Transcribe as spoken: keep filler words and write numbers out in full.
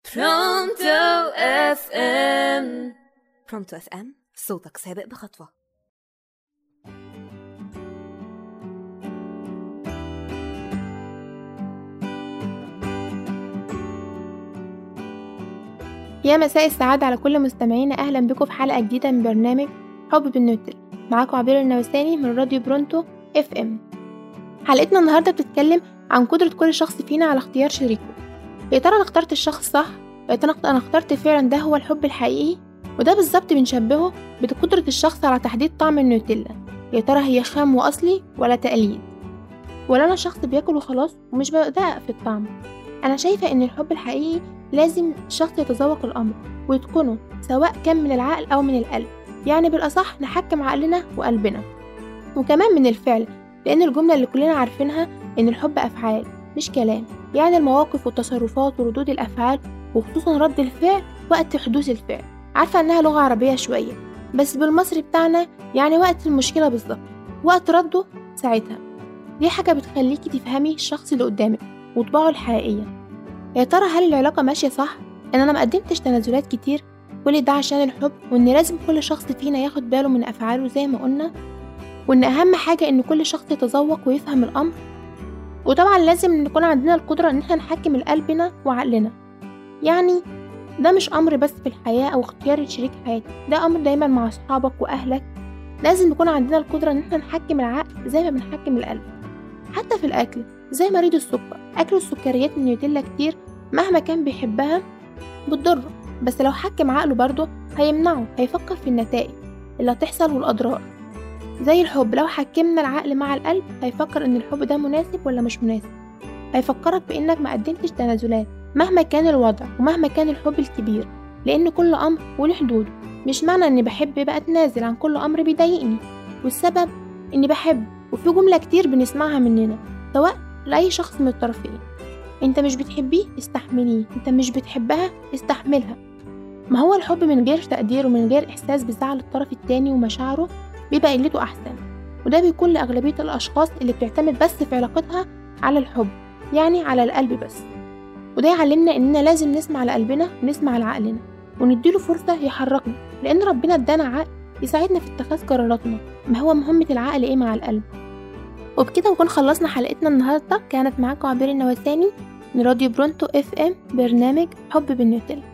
برونتو اف ام. برونتو اف ام، صوتك سابق بخطوة. يا مساء السعادة على كل مستمعينا، أهلا بكم في حلقة جديدة من برنامج حب بالنوتل. معاكم عبير النوساني من راديو برونتو اف ام. حلقتنا النهاردة بتتكلم عن قدرة كل شخص فينا على اختيار شريكه. يا ترى أنا اخترت الشخص صح؟ يا ترى أنا اخترت فعلا ده هو الحب الحقيقي؟ وده بالظبط بنشبهه بقدرة الشخص على تحديد طعم النوتيلا. يا ترى هي خام وأصلي ولا تقليد؟ ولا أنا شخص بياكل وخلاص ومش بدقق في الطعم؟ أنا شايفة إن الحب الحقيقي لازم الشخص يتذوق الأمر ويتقنه، سواء كان من العقل أو من القلب. يعني بالأصح نحكم عقلنا وقلبنا، وكمان من الفعل، لأن الجملة اللي كلنا عارفينها إن الحب أفعال مش كلام. يعني المواقف والتصرفات وردود الأفعال، وخصوصا رد الفعل وقت حدوث الفعل. عارفة إنها لغة عربية شوية، بس بالمصري بتاعنا يعني وقت المشكلة بالظبط، وقت رده ساعتها. دي حاجة بتخليكي تفهمي الشخص اللي قدامك وطباعه الحقيقية. يا ترى هل العلاقة ماشية صح؟ إن أنا مقدمتش تنازلات كتير، كل ده عشان الحب، وإن لازم كل شخص فينا ياخد باله من أفعاله زي ما قلنا، وإن أهم حاجة إن كل شخص يتذوق ويفهم الأمر. وطبعا لازم نكون عندنا القدرة إن احنا نحكم قلبنا وعقلنا. يعني ده مش أمر بس في الحياة أو اختيار شريك حياتك، ده أمر دايما مع أصحابك وأهلك. لازم يكون عندنا القدرة إن احنا نحكم العقل زي ما بنحكم القلب. حتى في الأكل، زي مريض السكر، أكل السكريات من النيوتيلا كتير مهما كان بيحبها بتضره، بس لو حكم عقله برضه هيمنعه، هيفكر في النتائج اللي هتحصل والأضرار. زي الحب، لو حكمنا العقل مع القلب هيفكر إن الحب ده مناسب ولا مش مناسب. هيفكرك بإنك ما قدمتش تنازلات مهما كان الوضع ومهما كان الحب الكبير، لأن كل أمر وله حدوده. مش معنى إني بحب بقى أتنازل عن كل أمر بيضايقني، والسبب إني بحب. وفي جملة كتير بنسمعها مننا سواء لأي شخص من الطرفين: انت مش بتحبيه استحمليه، انت مش بتحبها استحملها. ما هو الحب من غير تقدير ومن غير إحساس بزعل الطرف التاني ومشاعره بيبقى قلته أحسن. وده بيكون لأغلبية الأشخاص اللي بتعتمد بس في علاقتها على الحب، يعني على القلب بس. وده يعلمنا إننا لازم نسمع لقلبنا ونسمع لعقلنا ونديله فرصة يحركنا، لأن ربنا ادانا عقل يساعدنا في اتخاذ قراراتنا. ما هو مهمة العقل إيه مع القلب؟ وبكده نكون خلصنا حلقتنا النهاردة. كانت معاكم عبير النوساني من راديو برونتو اف ام، برنامج حب بالنوتيلا.